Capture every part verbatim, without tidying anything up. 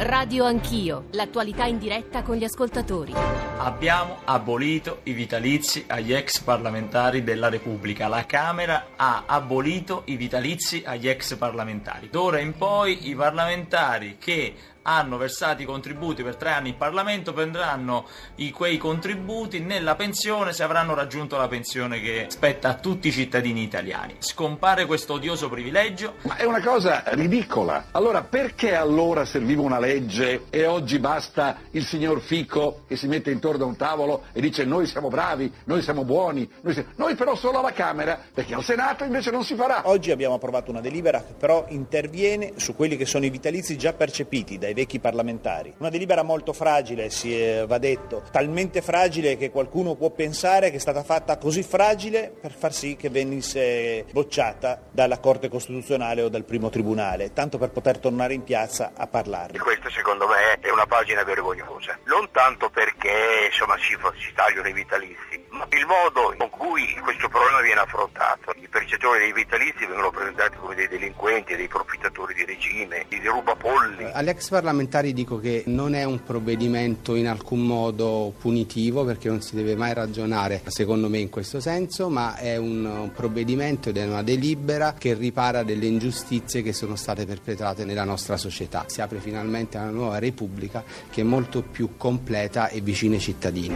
Radio Anch'io, l'attualità in diretta con gli ascoltatori. Abbiamo abolito i vitalizi agli ex parlamentari della Repubblica. La Camera ha abolito i vitalizi agli ex parlamentari. D'ora in poi i parlamentari che hanno versato i contributi per tre anni in Parlamento prenderanno i, quei contributi nella pensione se avranno raggiunto la pensione che spetta a tutti i cittadini italiani. Scompare questo odioso privilegio. Ma è una cosa ridicola. Allora perché allora serviva una legge e oggi basta il signor Fico che si mette intorno a un tavolo e dice noi siamo bravi, noi siamo buoni, noi, siamo... noi però solo alla Camera, perché al Senato invece non si farà. Oggi abbiamo approvato una delibera che però interviene su quelli che sono i vitalizi già percepiti dai vecchi parlamentari. Una delibera molto fragile, si è, va detto, talmente fragile che qualcuno può pensare che è stata fatta così fragile per far sì che venisse bocciata dalla Corte Costituzionale o dal primo tribunale, tanto per poter tornare in piazza a parlarne. Questa secondo me è una pagina vergognosa, non tanto perché insomma si, si tagliano i vitalizi, ma il modo con cui questo problema viene affrontato. I percettori dei vitalizi vengono presentati come dei delinquenti, dei profittatori di regime, dei rubapolli. Agli ex parlamentari dico che non è un provvedimento in alcun modo punitivo, perché non si deve mai ragionare secondo me in questo senso, ma è un, un provvedimento ed è una delibera che ripara delle ingiustizie che sono state perpetrate nella nostra società. Si apre finalmente una nuova Repubblica che è molto più completa e vicina ai cittadini.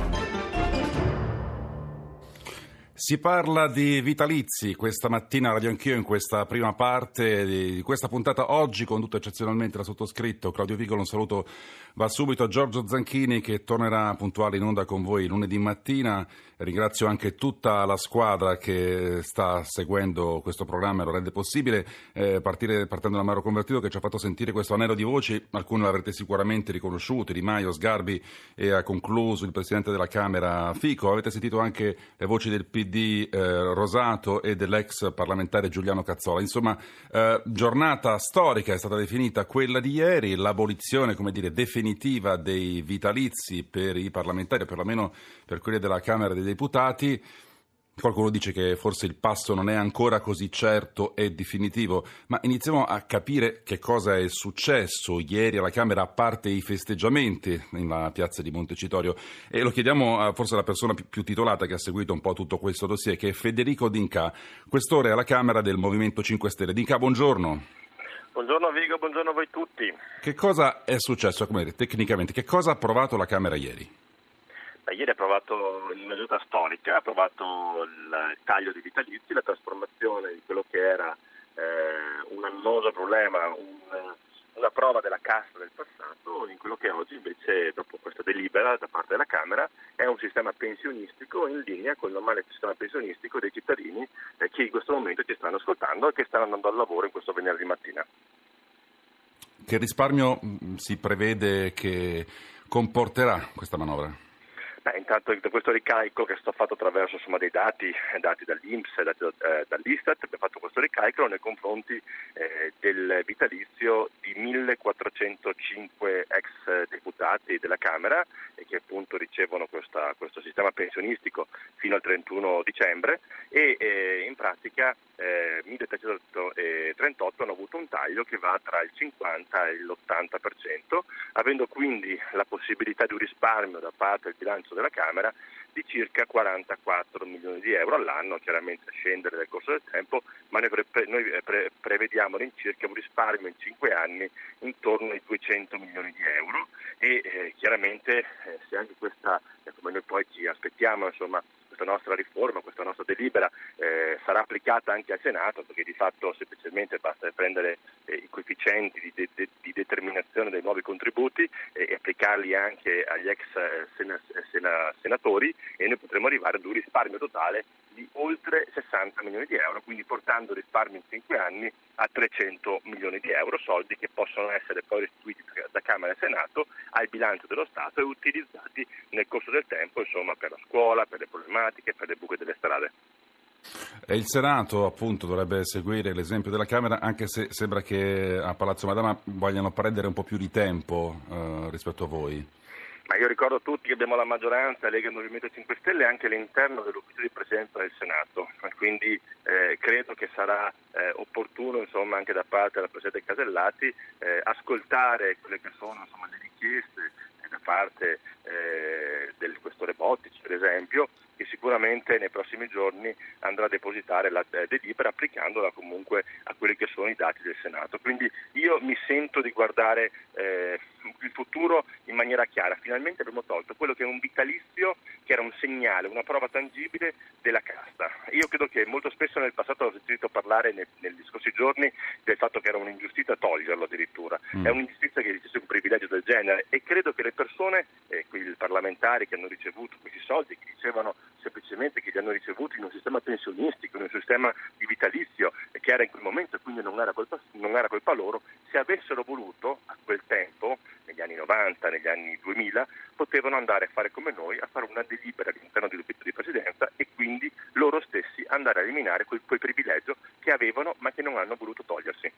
Si parla di vitalizi questa mattina a Radio Anch'io, in questa prima parte di questa puntata, oggi condotta eccezionalmente da sottoscritto Claudio Vigolo. Un saluto va subito a Giorgio Zanchini che tornerà puntuale in onda con voi lunedì mattina. Ringrazio anche tutta la squadra che sta seguendo questo programma e lo rende possibile, eh, partire, partendo da Mauro Convertito che ci ha fatto sentire questo anello di voci. Alcune l'avrete sicuramente riconosciuti: Di Maio, Sgarbi e ha concluso il Presidente della Camera Fico. Avete sentito anche le voci del P D eh, Rosato e dell'ex parlamentare Giuliano Cazzola. Insomma, eh, giornata storica è stata definita quella di ieri, l'abolizione, come dire, definitiva dei vitalizi per i parlamentari, o perlomeno per quelli della Camera dei Deputati. Qualcuno dice che forse il passo non è ancora così certo e definitivo, ma iniziamo a capire che cosa è successo ieri alla Camera, a parte i festeggiamenti nella piazza di Montecitorio, e lo chiediamo a forse alla persona più, più titolata che ha seguito un po' tutto questo dossier, che è Federico D'Inca, questore alla Camera del Movimento cinque Stelle. D'Inca, buongiorno. Buongiorno Vigo, buongiorno a voi tutti. Che cosa è successo, come dire, tecnicamente? Che cosa ha approvato la Camera ieri? Beh, ieri ha approvato in una giornata storica, ha approvato il taglio dei vitalizi, la trasformazione di quello che era eh, un annoso problema, un, una prova della casta del passato, in quello che oggi invece, dopo questa delibera da parte della Camera, è un sistema pensionistico in linea con il normale sistema pensionistico dei cittadini eh, che in questo momento ci stanno ascoltando e che stanno andando al lavoro in questo venerdì mattina. Che risparmio si prevede che comporterà questa manovra? Beh, intanto da questo ricalcolo che è stato fatto attraverso insomma, dei dati, dati dall'I N P S, dati eh, dall'Istat, abbiamo fatto questo ricalcolo nei confronti eh, del vitalizio di millequattrocentocinque ex deputati della Camera e che appunto ricevono questa, questo sistema pensionistico fino al trentuno dicembre e eh, in pratica eh, milletrecentotrentotto hanno avuto un taglio che va tra il cinquanta e l'ottanta per cento, avendo quindi la possibilità di un risparmio da parte del bilancio della Camera di circa quarantaquattro milioni di euro all'anno, chiaramente a scendere nel corso del tempo, ma noi, pre- noi pre- prevediamo all'incirca un risparmio in cinque anni intorno ai duecento milioni di euro e eh, chiaramente eh, se anche questa, eh, come noi poi ci aspettiamo, insomma, questa nostra riforma, questa nostra delibera eh, sarà applicata anche al Senato, perché di fatto semplicemente basta prendere eh, i coefficienti di, de- de- di determinazione dei nuovi contributi eh, e applicarli anche agli ex eh, sena- sena- senatori e noi potremo arrivare ad un risparmio totale di oltre sessanta milioni di euro, quindi portando il risparmio in cinque anni a trecento milioni di euro, soldi che possono essere poi restituiti da Camera e Senato al bilancio dello Stato e utilizzati nel corso del tempo, insomma, per la scuola, per le problematiche, per le buche delle strade. E il Senato appunto dovrebbe seguire l'esempio della Camera, anche se sembra che a Palazzo Madama vogliano prendere un po' più di tempo eh, rispetto a voi. Ma io ricordo tutti che abbiamo la maggioranza, Lega e Movimento cinque Stelle, anche all'interno dell'ufficio di presidenza del Senato, quindi eh, credo che sarà eh, opportuno, insomma, anche da parte della Presidente Casellati eh, ascoltare quelle che sono, insomma, le richieste eh, da parte eh, del questore Bottici, per esempio, che sicuramente nei prossimi giorni andrà a depositare la delibera applicandola comunque a quelli che sono i dati del Senato. Quindi io mi sento di guardare eh, il futuro in maniera chiara. Finalmente abbiamo tolto quello che è un vitalizio, che era un segnale, una prova tangibile della casta. Io credo che molto spesso nel passato ho sentito parlare nei, negli scorsi giorni del fatto che era un'ingiustizia toglierlo addirittura. Mm. È un'ingiustizia che esiste un privilegio del genere e credo che le persone, eh, quei parlamentari che hanno ricevuto questi soldi, che dicevano semplicemente che li hanno ricevuti in un sistema pensionistico, in un sistema di vitalizio e che era in quel momento e quindi non era colpa, non era colpa loro, se avessero voluto a quel tempo, negli anni novanta, negli anni duemila, potevano andare a fare come noi, a fare una delibera all'interno dell'ufficio di presidenza e quindi loro stessi andare a eliminare quel, quel privilegio che avevano ma che non hanno voluto togliersi.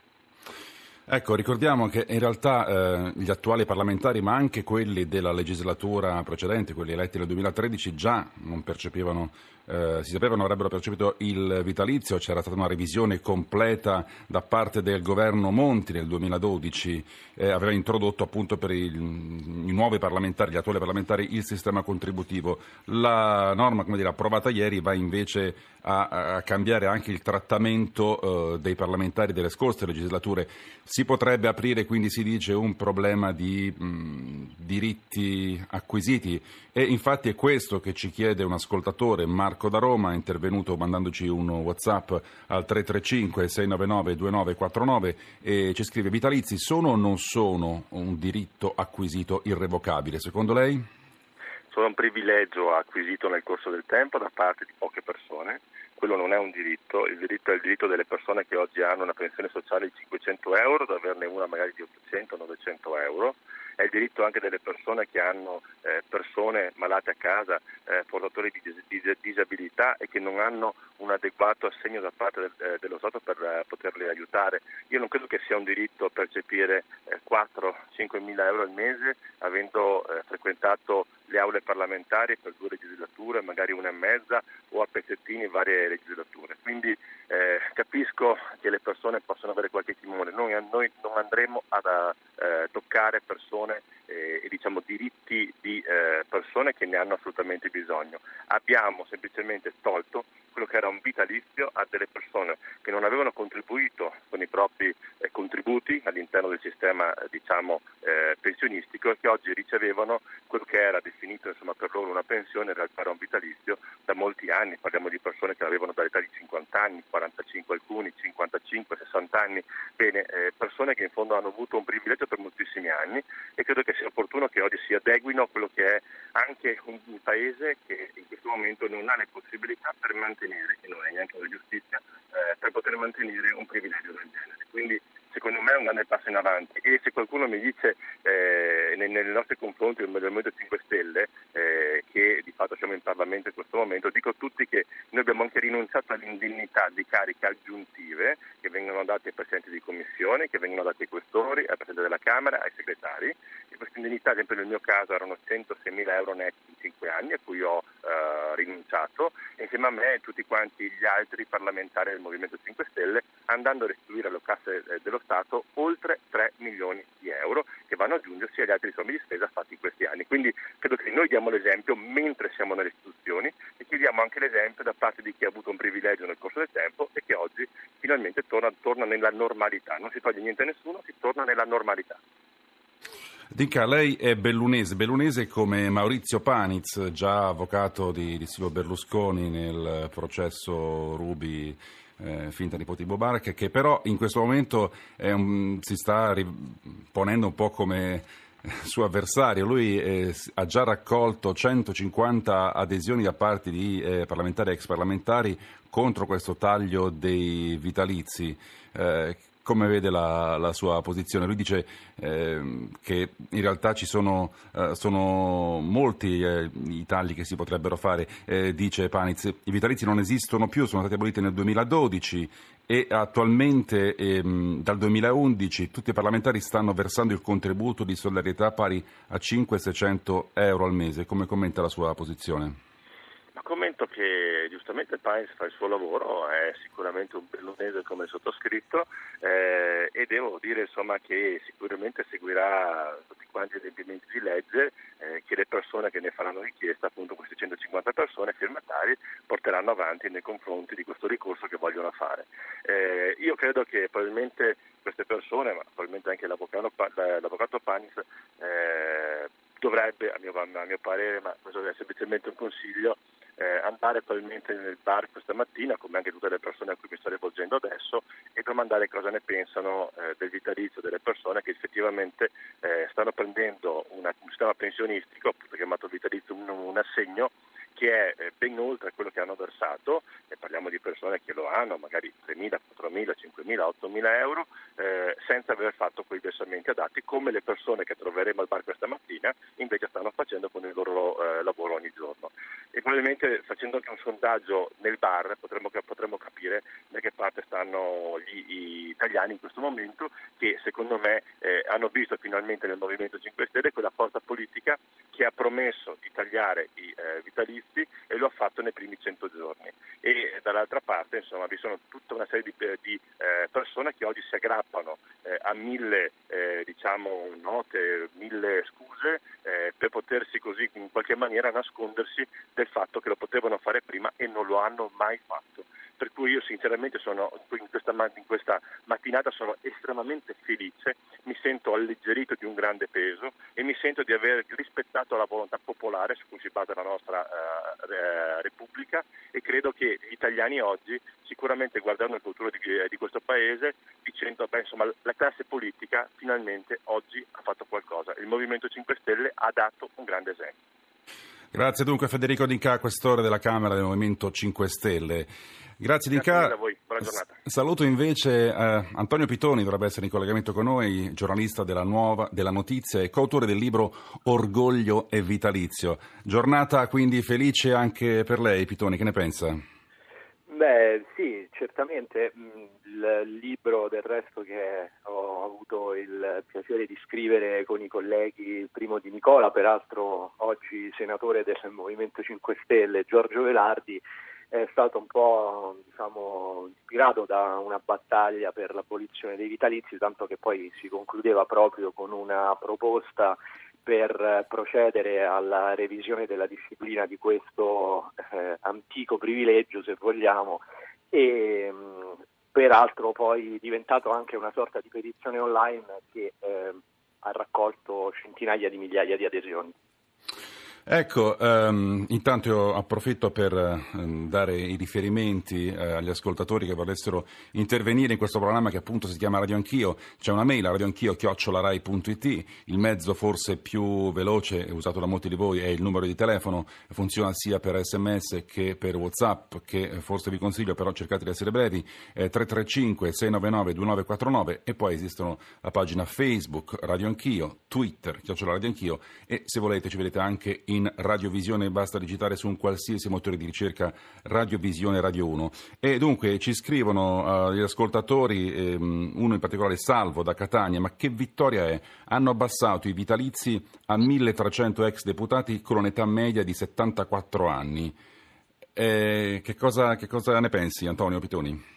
Ecco, ricordiamo che in realtà eh, gli attuali parlamentari, ma anche quelli della legislatura precedente, quelli eletti nel duemilatredici, già non percepivano, eh, si sapevano avrebbero percepito il vitalizio. C'era stata una revisione completa da parte del governo Monti nel duemiladodici, eh, aveva introdotto appunto per il, i nuovi parlamentari, gli attuali parlamentari, il sistema contributivo. La norma, come dire, approvata ieri va invece a, a cambiare anche il trattamento eh, dei parlamentari delle scorse legislature. Si potrebbe aprire, quindi si dice, un problema di mh, diritti acquisiti e infatti è questo che ci chiede un ascoltatore, Marco da Roma, è intervenuto mandandoci un WhatsApp al tre tre cinque sei nove nove due nove quattro nove e ci scrive: vitalizi sono o non sono un diritto acquisito irrevocabile? Secondo lei? Sono un privilegio acquisito nel corso del tempo da parte di poche persone. Quello non è un diritto, il diritto è il diritto delle persone che oggi hanno una pensione sociale di cinquecento euro, ad averne una magari di ottocento novecento euro. È il diritto anche delle persone che hanno eh, persone malate a casa, eh, portatori di, dis- di disabilità e che non hanno un adeguato assegno da parte del, eh, dello Stato per eh, poterli aiutare. Io non credo che sia un diritto percepire eh, quattro cinque mila euro al mese avendo eh, frequentato le aule parlamentari per due legislature, magari una e mezza o a pezzettini varie legislature. Quindi eh, capisco che le persone possono avere qualche timore. Noi, noi non andremo ad eh, toccare persone eh, e diciamo diritti di eh, persone che ne hanno assolutamente bisogno. Abbiamo semplicemente tolto quello che era un vitalizio a delle persone che non avevano contribuito con i propri eh, contributi all'interno del sistema eh, diciamo eh, pensionistico e che oggi ricevevano quello che era definito insomma per loro una pensione, in realtà era un vitalizio da molti anni. Parliamo di persone che avevano dall'età di cinquanta anni, quarantacinque alcuni, cinquantacinque, sessanta anni, bene, eh, persone che in fondo hanno avuto un privilegio per moltissimi anni e credo che sia opportuno che oggi si adeguino a quello che è anche un, un paese che in questo momento non ha le possibilità per mantenere, e non è neanche la giustizia, eh, per poter mantenere un privilegio del genere. Quindi secondo me è un grande passo in avanti e se qualcuno mi dice eh, nei, nei nostri confronti del Movimento cinque Stelle eh, che di fatto siamo in Parlamento in questo momento, dico a tutti che noi abbiamo anche rinunciato all'indennità di cariche aggiuntive che vengono date ai presidenti di commissione, che vengono date ai questori, al presidente della Camera, ai segretari. E queste indennità, ad esempio nel mio caso, erano centoseimila euro netti in cinque anni a cui ho eh, rinunciato e insieme a me e tutti quanti gli altri parlamentari del Movimento cinque Stelle, andando a restituire alle casse eh, dello Stato oltre tre milioni di euro che vanno ad aggiungersi agli altri sommi di spesa fatti in questi anni. Quindi credo che noi diamo l'esempio mentre siamo nelle istituzioni e chiediamo anche l'esempio da parte di chi ha avuto un privilegio nel corso del tempo e che oggi finalmente torna, torna nella normalità. Non si toglie niente a nessuno, si torna nella normalità. Dica, lei è bellunese, bellunese come Maurizio Paniz, già avvocato di, di Silvio Berlusconi nel processo Ruby, eh, finta nipote di Mubarak, che però in questo momento è un, si sta ponendo un po' come suo avversario. Lui eh, ha già raccolto centocinquanta adesioni da parte di eh, parlamentari e ex parlamentari contro questo taglio dei vitalizi. Eh, come vede la, la sua posizione? Lui dice eh, che in realtà ci sono, eh, sono molti eh, i tagli che si potrebbero fare, eh, dice Paniz, i vitalizi non esistono più, sono stati aboliti nel duemiladodici e attualmente ehm, dal duemilaundici tutti i parlamentari stanno versando il contributo di solidarietà pari a cinquecento-seicento euro al mese. Come commenta la sua posizione? Commento che giustamente il Paese fa il suo lavoro, è sicuramente un bellunese come sottoscritto eh, e devo dire insomma che sicuramente seguirà tutti quanti gli adempimenti di legge eh, che le persone che ne faranno richiesta, appunto queste centocinquanta persone firmatari, porteranno avanti nei confronti di questo ricorso che vogliono fare. Eh, io credo che probabilmente queste persone, ma probabilmente anche l'avvocato, l'avvocato Panis, eh, dovrebbe, a mio, a mio parere, ma questo è semplicemente un consiglio, Eh, andare probabilmente nel bar questa mattina, come anche tutte le persone a cui mi sto rivolgendo adesso, e domandare cosa ne pensano eh, del vitalizio delle persone che effettivamente eh, stanno prendendo una, un sistema pensionistico, appunto chiamato vitalizio, un, un assegno che è eh, ben oltre quello che hanno versato, e parliamo di persone che lo hanno, magari tremila, quattromila, cinquemila, ottomila euro, eh, senza aver fatto quei versamenti adatti, come le persone che troveremo al bar questa mattina invece stanno facendo con il loro eh, lavoro ogni giorno. E probabilmente facendo anche un sondaggio nel bar potremmo, potremmo capire da che parte stanno gli, gli italiani in questo momento, che secondo me eh, hanno visto finalmente nel Movimento cinque Stelle quella forza politica che ha promesso di tagliare i eh, vitalizi e lo ha fatto nei primi cento giorni. E dall'altra parte insomma vi sono tutta una serie di, di eh, persone che oggi si aggrappano eh, a mille eh, diciamo note, mille scuse eh, per potersi così in qualche maniera nascondersi del fatto che lo potevano fare prima e non lo hanno mai fatto. Per cui io sinceramente sono in questa, in questa mattinata sono estremamente felice, mi sento alleggerito di un grande peso e mi sento di aver rispettato la volontà popolare su cui si basa la nostra uh, Repubblica, e credo che gli italiani oggi, sicuramente guardando il futuro di, di questo Paese, dicendo beh, insomma la classe politica finalmente oggi ha fatto qualcosa. Il Movimento cinque Stelle ha dato un grande esempio. Grazie dunque Federico D'Inca, questore della Camera del Movimento cinque Stelle. Grazie D'Inca. A voi, buona giornata. Saluto invece eh, Antonio Pitoni, dovrebbe essere in collegamento con noi, giornalista della Nuova, della Notizia e coautore del libro Orgoglio e Vitalizio. Giornata quindi felice anche per lei, Pitoni, che ne pensa? Beh sì, certamente il libro del resto che ho avuto il piacere di scrivere con i colleghi Primo Di Nicola, peraltro oggi senatore del Movimento cinque Stelle, Giorgio Velardi, è stato un po' diciamo ispirato da una battaglia per l'abolizione dei vitalizi, tanto che poi si concludeva proprio con una proposta per procedere alla revisione della disciplina di questo eh, antico privilegio, se vogliamo, e mh, peraltro poi diventato anche una sorta di petizione online che eh, ha raccolto centinaia di migliaia di adesioni. Ecco, um, intanto io approfitto per um, dare i riferimenti uh, agli ascoltatori che volessero intervenire in questo programma che appunto si chiama Radio Anch'io. C'è una mail, radioanchio chiocciola rai punto it, il mezzo forse più veloce usato da molti di voi è il numero di telefono, funziona sia per sms che per WhatsApp, che forse vi consiglio, però cercate di essere brevi, eh, tre tre cinque sei nove nove due nove quattro nove, e poi esistono la pagina Facebook Radio Anch'io, Twitter chiocciola Radio Anch'io, e se volete ci vedete anche in in radiovisione, basta digitare su un qualsiasi motore di ricerca Radiovisione Radio uno. E dunque ci scrivono uh, gli ascoltatori, ehm, uno in particolare Salvo da Catania: ma che vittoria è? Hanno abbassato i vitalizi a milletrecento ex deputati con un'età media di settantaquattro anni. Eh, che cosa, che cosa ne pensi, Antonio Pitoni?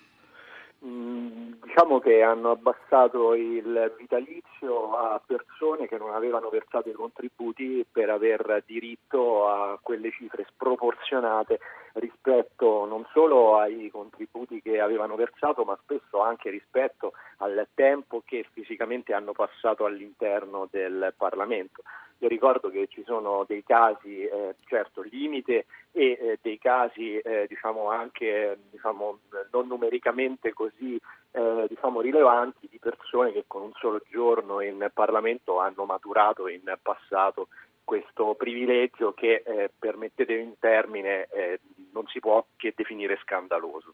Diciamo che hanno abbassato il vitalizio a persone che non avevano versato i contributi per aver diritto a quelle cifre sproporzionate rispetto non solo ai contributi che avevano versato, ma spesso anche rispetto al tempo che fisicamente hanno passato all'interno del Parlamento. Io ricordo che ci sono dei casi, eh, certo, limite e eh, dei casi eh, diciamo anche diciamo, non numericamente così eh, diciamo rilevanti, di persone che con un solo giorno in Parlamento hanno maturato in passato questo privilegio che, eh, permettetemi in termine, eh, non si può che definire scandaloso.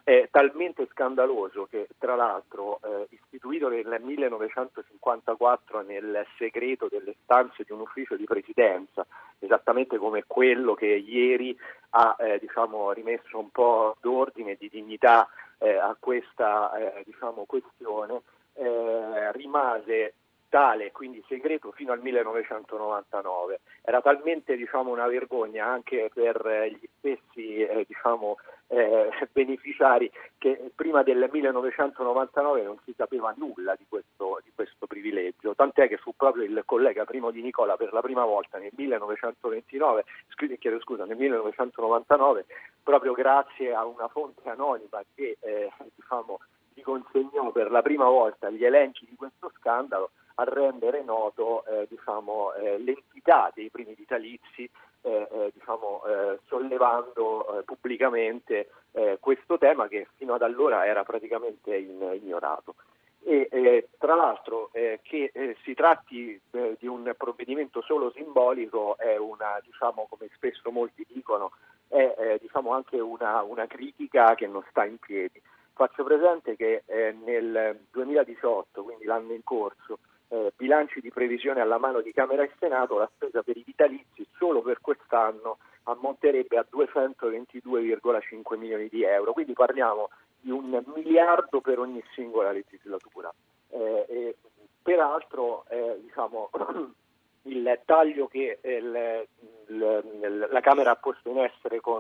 è talmente scandaloso che, tra l'altro, eh, istituito nel millenovecentocinquantaquattro nel segreto delle stanze di un ufficio di presidenza, esattamente come quello che ieri ha eh, diciamo, rimesso un po' d'ordine e di dignità eh, a questa eh, diciamo, questione, eh, rimase tale, quindi segreto, fino al millenovecentonovantanove. Era talmente diciamo, una vergogna anche per eh, gli stessi eh, diciamo, eh, beneficiari che prima del millenovecentonovantanove non si sapeva nulla di questo, di questo privilegio, tant'è che fu proprio il collega Primo Di Nicola per la prima volta nel millenovecentoventinove, chiedo scusa, nel millenovecentonovantanove, proprio grazie a una fonte anonima che eh, diciamo, gli consegnò per la prima volta gli elenchi di questo scandalo, a rendere noto eh, diciamo, eh, l'entità dei primi vitalizi, eh, eh, diciamo, eh, sollevando eh, pubblicamente eh, questo tema che fino ad allora era praticamente in, ignorato. E eh, tra l'altro eh, che eh, si tratti eh, di un provvedimento solo simbolico è una, diciamo, come spesso molti dicono, è eh, diciamo anche una, una critica che non sta in piedi. Faccio presente che eh, nel duemiladiciotto, quindi l'anno in corso, Eh, bilanci di previsione alla mano di Camera e Senato, la spesa per i vitalizi solo per quest'anno ammonterebbe a duecentoventidue virgola cinque milioni di euro, quindi parliamo di un miliardo per ogni singola legislatura. Eh, e peraltro eh, diciamo, il taglio che il, il, la Camera ha posto in essere con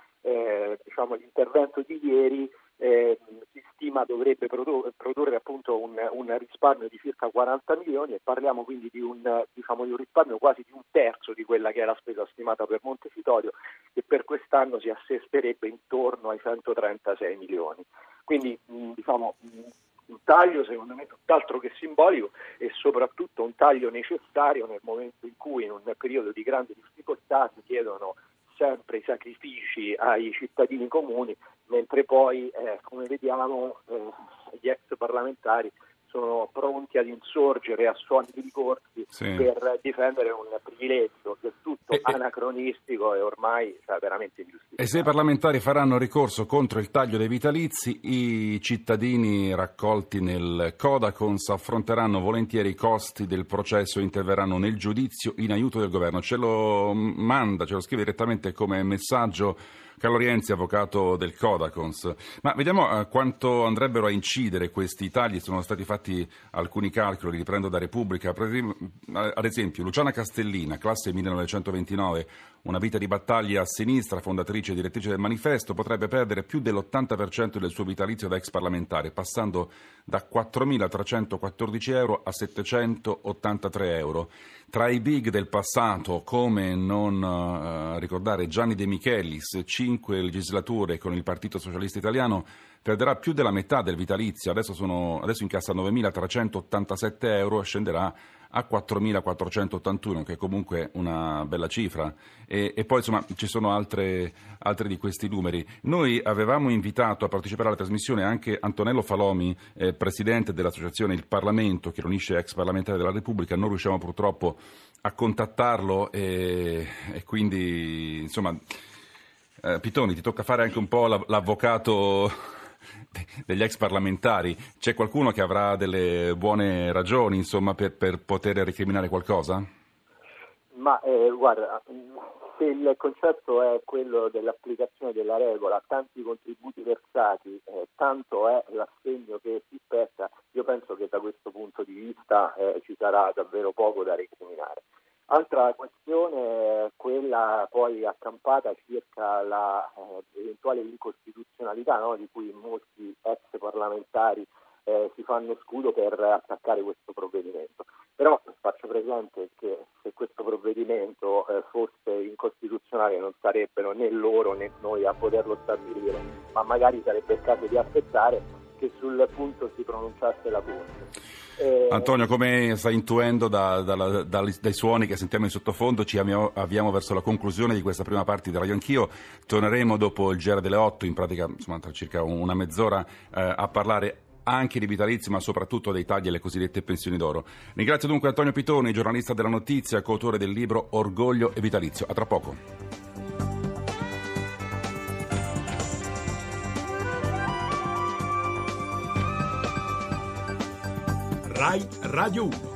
eh, diciamo, l'intervento di ieri Eh, si stima dovrebbe produ- produrre appunto un, un risparmio di circa quaranta milioni, e parliamo quindi di un, diciamo, di un risparmio quasi di un terzo di quella che è la spesa stimata per Montecitorio, che per quest'anno si assesterebbe intorno ai centotrentasei milioni. Quindi mh, diciamo mh, un taglio secondo me tutt'altro che simbolico, e soprattutto un taglio necessario nel momento in cui, in un periodo di grande difficoltà, si chiedono sempre i sacrifici ai cittadini comuni, mentre poi, eh, come vediamo, eh, gli ex parlamentari sono pronti ad insorgere a suoni di ricorsi sì. per difendere un privilegio del tutto e, anacronistico e ormai cioè, veramente ingiustificato. E se i parlamentari faranno ricorso contro il taglio dei vitalizi, i cittadini raccolti nel Codacons affronteranno volentieri i costi del processo e interverranno nel giudizio in aiuto del governo. Ce lo manda, ce lo scrive direttamente come messaggio Carlo Rienzi, avvocato del Codacons. Ma vediamo uh, quanto andrebbero a incidere questi tagli. Sono stati fatti alcuni calcoli, li prendo da Repubblica. Per esempio, ad esempio, Luciana Castellina, classe millenovecentoventinove, una vita di battaglia a sinistra, fondatrice e direttrice del Manifesto, potrebbe perdere più dell'ottanta per cento del suo vitalizio da ex parlamentare, passando da quattromilatrecentoquattordici euro a settecentottantatré euro. Tra i big del passato, come non uh, ricordare Gianni De Michelis, cinque legislature con il Partito Socialista Italiano, perderà più della metà del vitalizio, adesso, sono, adesso incassa novemilatrecentottantasette euro e scenderà a quattromilaquattrocentottantuno, che è comunque una bella cifra. E, e poi insomma ci sono altre, altre di questi numeri. Noi avevamo invitato a partecipare alla trasmissione anche Antonello Falomi, eh, presidente dell'associazione Il Parlamento, che riunisce ex parlamentari della Repubblica. Non riusciamo purtroppo a contattarlo e, e quindi insomma eh, Pitoni, ti tocca fare anche un po' l'avvocato degli ex parlamentari. C'è qualcuno che avrà delle buone ragioni insomma per, per poter recriminare qualcosa? Ma eh, guarda, se il concetto è quello dell'applicazione della regola, tanti contributi versati, eh, tanto è l'assegno che si spetta, io penso che da questo punto di vista eh, ci sarà davvero poco da recriminare. Altra questione è quella poi accampata circa la eh, eventuale incostituzionalità, no, di cui molti ex parlamentari eh, si fanno scudo per attaccare questo provvedimento. Però faccio presente che se questo provvedimento eh, fosse incostituzionale non sarebbero né loro né noi a poterlo stabilire, ma magari sarebbe il caso di aspettare che sul punto si pronunciasse la Corte. Eh, Antonio, come stai intuendo da, da, da, dai suoni che sentiamo in sottofondo, ci avviamo, avviamo verso la conclusione di questa prima parte di Radio Anch'io. Torneremo dopo il G R delle otto, in pratica insomma, tra circa una mezz'ora, eh, a parlare anche di vitalizi, ma soprattutto dei tagli alle cosiddette pensioni d'oro. Ringrazio dunque Antonio Pitoni, giornalista della Notizia, coautore del libro Orgoglio e vitalizio. A tra poco. Rai Radio uno.